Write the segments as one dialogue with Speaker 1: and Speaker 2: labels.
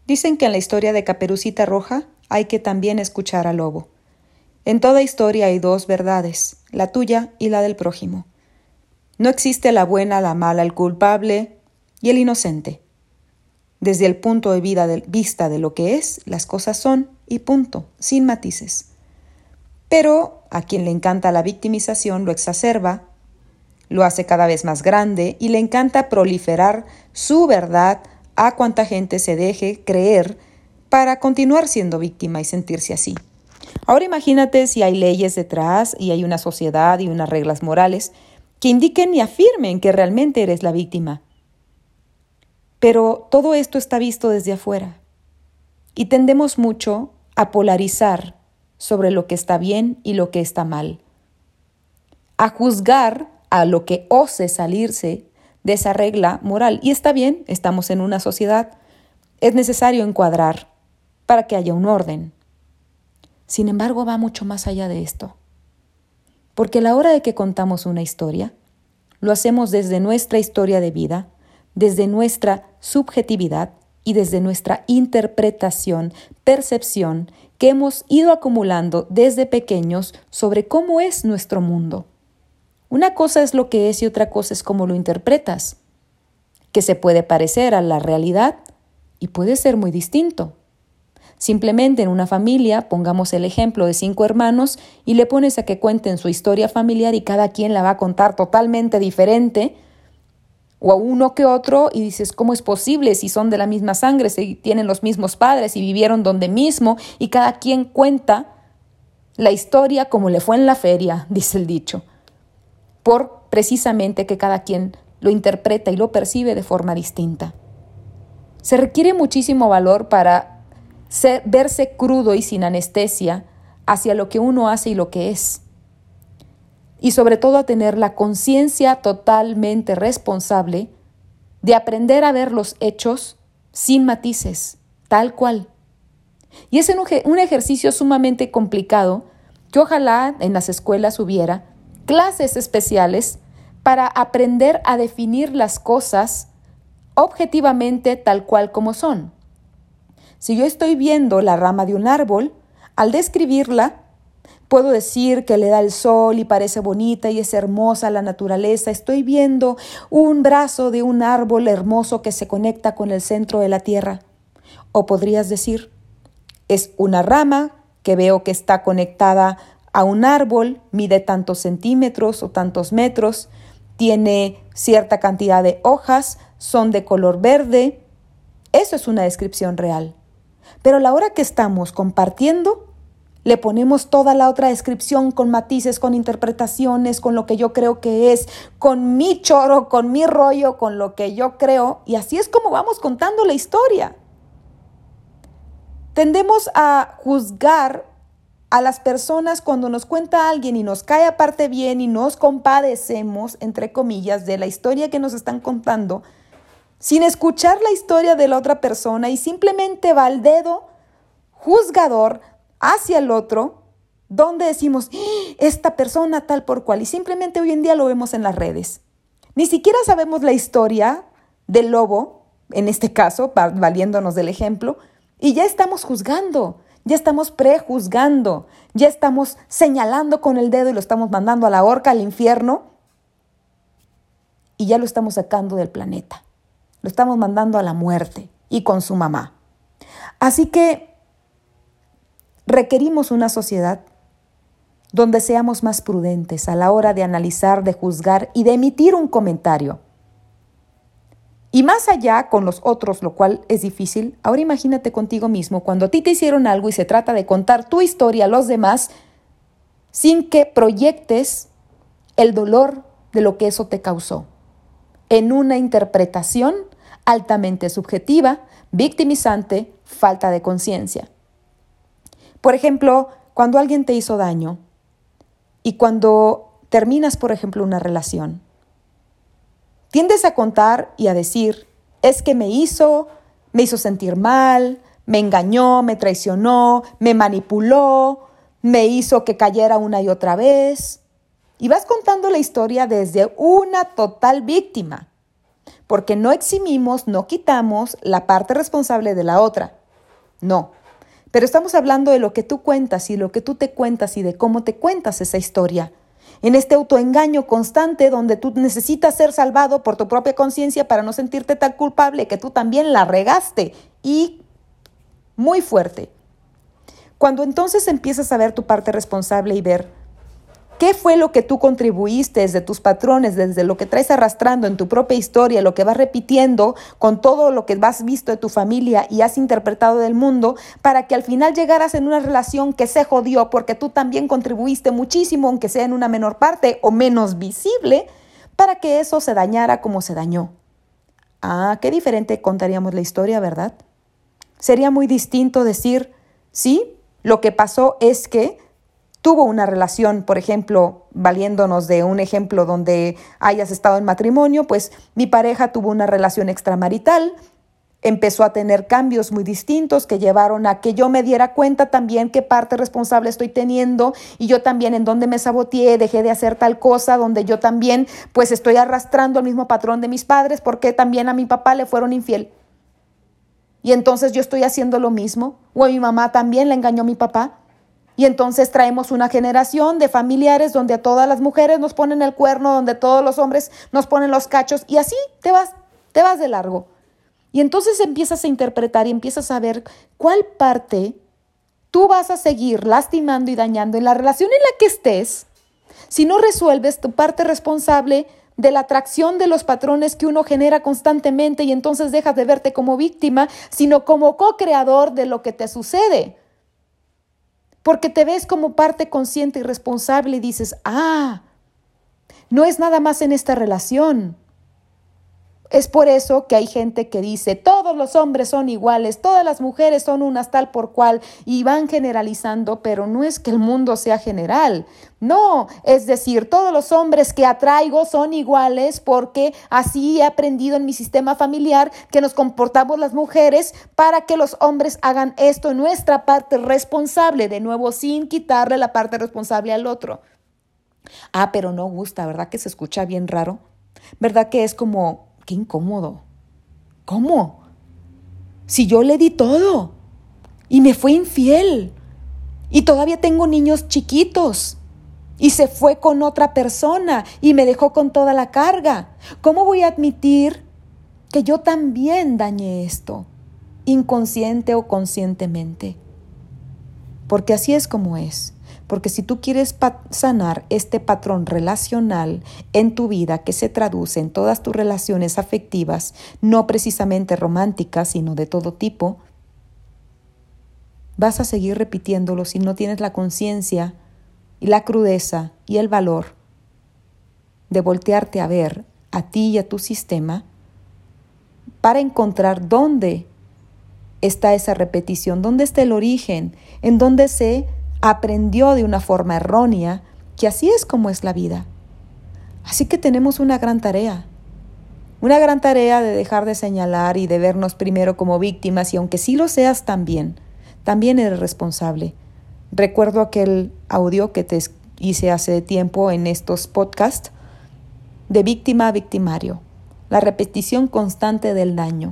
Speaker 1: Dicen que en la historia de Caperucita Roja hay que también escuchar al lobo. En toda historia hay dos verdades, la tuya y la del prójimo. No existe la buena, la mala, el culpable y el inocente. Desde el punto de vista de lo que es, las cosas son y punto, sin matices. Pero a quien le encanta la victimización lo exacerba, lo hace cada vez más grande y le encanta proliferar su verdad a cuanta gente se deje creer para continuar siendo víctima y sentirse así. Ahora imagínate si hay leyes detrás y hay una sociedad y unas reglas morales que indiquen y afirmen que realmente eres la víctima. Pero todo esto está visto desde afuera y tendemos mucho a polarizar sobre lo que está bien y lo que está mal, a juzgar a lo que ose salirse de esa regla moral. Y está bien, estamos en una sociedad, es necesario encuadrar para que haya un orden. Sin embargo, va mucho más allá de esto, porque a la hora de que contamos una historia, lo hacemos desde nuestra historia de vida, desde nuestra subjetividad y desde nuestra interpretación, percepción que hemos ido acumulando desde pequeños sobre cómo es nuestro mundo. Una cosa es lo que es y otra cosa es cómo lo interpretas, que se puede parecer a la realidad y puede ser muy distinto. Simplemente en una familia, pongamos el ejemplo de 5 hermanos y le pones a que cuenten su historia familiar y cada quien la va a contar totalmente diferente, o a uno que otro, y dices, ¿cómo es posible si son de la misma sangre, si tienen los mismos padres y vivieron donde mismo? Y cada quien cuenta la historia como le fue en la feria, dice el dicho, por precisamente que cada quien lo interpreta y lo percibe de forma distinta. Se requiere muchísimo valor para verse crudo y sin anestesia hacia lo que uno hace y lo que es. Y sobre todo a tener la conciencia totalmente responsable de aprender a ver los hechos sin matices, tal cual. Y es un ejercicio sumamente complicado que ojalá en las escuelas hubiera clases especiales para aprender a definir las cosas objetivamente tal cual como son. Si yo estoy viendo la rama de un árbol, al describirla, puedo decir que le da el sol y parece bonita y es hermosa la naturaleza. Estoy viendo un brazo de un árbol hermoso que se conecta con el centro de la tierra. O podrías decir, es una rama que veo que está conectada a un árbol, mide tantos centímetros o tantos metros, tiene cierta cantidad de hojas, son de color verde. Eso es una descripción real. Pero a la hora que estamos compartiendo, le ponemos toda la otra descripción con matices, con interpretaciones, con lo que yo creo que es, con mi choro, con mi rollo, con lo que yo creo. Y así es como vamos contando la historia. Tendemos a juzgar a las personas cuando nos cuenta alguien y nos cae aparte bien y nos compadecemos, entre comillas, de la historia que nos están contando, sin escuchar la historia de la otra persona y simplemente va al dedo juzgador hacia el otro, donde decimos, esta persona tal por cual, y simplemente hoy en día lo vemos en las redes. Ni siquiera sabemos la historia del lobo, en este caso, valiéndonos del ejemplo, y ya estamos juzgando, ya estamos prejuzgando, ya estamos señalando con el dedo y lo estamos mandando a la horca, al infierno, y ya lo estamos sacando del planeta. Lo estamos mandando a la muerte y con su mamá. Así que requerimos una sociedad donde seamos más prudentes a la hora de analizar, de juzgar y de emitir un comentario. Y más allá con los otros, lo cual es difícil, ahora imagínate contigo mismo cuando a ti te hicieron algo y se trata de contar tu historia a los demás sin que proyectes el dolor de lo que eso te causó en una interpretación altamente subjetiva, victimizante, falta de conciencia. Por ejemplo, cuando alguien te hizo daño y cuando terminas, por ejemplo, una relación, tiendes a contar y a decir, es que me hizo sentir mal, me engañó, me traicionó, me manipuló, me hizo que cayera una y otra vez. Y vas contando la historia desde una total víctima. porque no eximimos, no quitamos la parte responsable de la otra. No. Pero estamos hablando de lo que tú cuentas y lo que tú te cuentas y de cómo te cuentas esa historia. En este autoengaño constante donde tú necesitas ser salvado por tu propia conciencia para no sentirte tan culpable que tú también la regaste y muy fuerte. Cuando entonces empiezas a ver tu parte responsable y ver qué fue lo que tú contribuiste desde tus patrones, desde lo que traes arrastrando en tu propia historia, lo que vas repitiendo con todo lo que has visto de tu familia y has interpretado del mundo, para que al final llegaras en una relación que se jodió porque tú también contribuiste muchísimo, aunque sea en una menor parte o menos visible, para que eso se dañara como se dañó. Ah, qué diferente contaríamos la historia, ¿verdad? Sería muy distinto decir, sí, lo que pasó es que tuvo una relación, por ejemplo, valiéndonos de un ejemplo donde hayas estado en matrimonio, pues mi pareja tuvo una relación extramarital, empezó a tener cambios muy distintos que llevaron a que yo me diera cuenta también qué parte responsable estoy teniendo y yo también en donde me saboteé, dejé de hacer tal cosa, donde yo también pues estoy arrastrando el mismo patrón de mis padres porque también a mi papá le fueron infiel. Y entonces yo estoy haciendo lo mismo, o a mi mamá también le engañó a mi papá. Y entonces traemos una generación de familiares donde a todas las mujeres nos ponen el cuerno, donde todos los hombres nos ponen los cachos y así te vas de largo. Y entonces empiezas a interpretar y empiezas a ver cuál parte tú vas a seguir lastimando y dañando en la relación en la que estés si no resuelves tu parte responsable de la atracción de los patrones que uno genera constantemente y entonces dejas de verte como víctima, sino como co-creador de lo que te sucede. Porque te ves como parte consciente y responsable y dices, no es nada más en esta relación. Es por eso que hay gente que dice, todos los hombres son iguales, todas las mujeres son unas tal por cual, y van generalizando, pero no es que el mundo sea general. No, es decir, todos los hombres que atraigo son iguales porque así he aprendido en mi sistema familiar que nos comportamos las mujeres para que los hombres hagan esto en nuestra parte responsable, de nuevo sin quitarle la parte responsable al otro. Pero no gusta, ¿verdad que se escucha bien raro? ¿Verdad que es como... qué incómodo? ¿Cómo? Si yo le di todo y me fue infiel y todavía tengo niños chiquitos y se fue con otra persona y me dejó con toda la carga, ¿cómo voy a admitir que yo también dañé esto, inconsciente o conscientemente? Porque así es como es. Porque si tú quieres sanar este patrón relacional en tu vida que se traduce en todas tus relaciones afectivas, no precisamente románticas, sino de todo tipo, vas a seguir repitiéndolo si no tienes la conciencia y la crudeza y el valor de voltearte a ver a ti y a tu sistema para encontrar dónde está esa repetición, dónde está el origen, en dónde se aprendió de una forma errónea que así es como es la vida. Así que tenemos una gran tarea de dejar de señalar y de vernos primero como víctimas, y aunque sí lo seas también eres responsable. Recuerdo aquel audio que te hice hace tiempo en estos podcasts de víctima a victimario, la repetición constante del daño.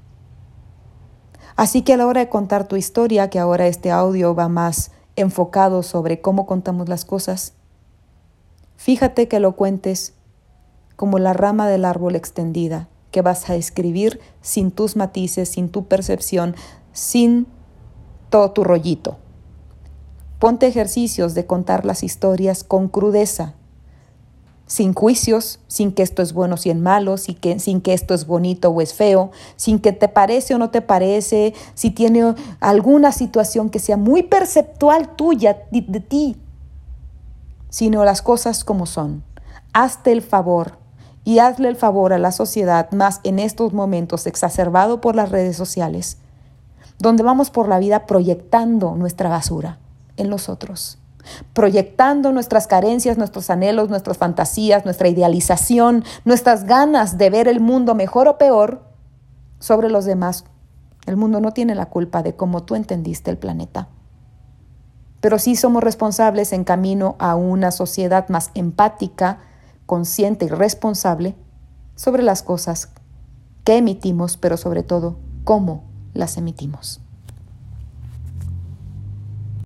Speaker 1: Así que a la hora de contar tu historia, que ahora este audio va más enfocado sobre cómo contamos las cosas, fíjate que lo cuentes como la rama del árbol extendida, que vas a escribir sin tus matices, sin tu percepción, sin todo tu rollito. Ponte ejercicios de contar las historias con crudeza, sin juicios, sin que esto es bueno o es malo, sin que esto es bonito o es feo, sin que te parece o no te parece, si tiene alguna situación que sea muy perceptual tuya, de ti, sino las cosas como son. Hazte el favor y hazle el favor a la sociedad, más en estos momentos exacerbado por las redes sociales, donde vamos por la vida proyectando nuestra basura en los otros. Proyectando nuestras carencias, nuestros anhelos, nuestras fantasías, nuestra idealización, nuestras ganas de ver el mundo mejor o peor sobre los demás. El mundo no tiene la culpa de cómo tú entendiste el planeta. Pero sí somos responsables en camino a una sociedad más empática, consciente y responsable sobre las cosas qué emitimos, pero sobre todo, cómo las emitimos.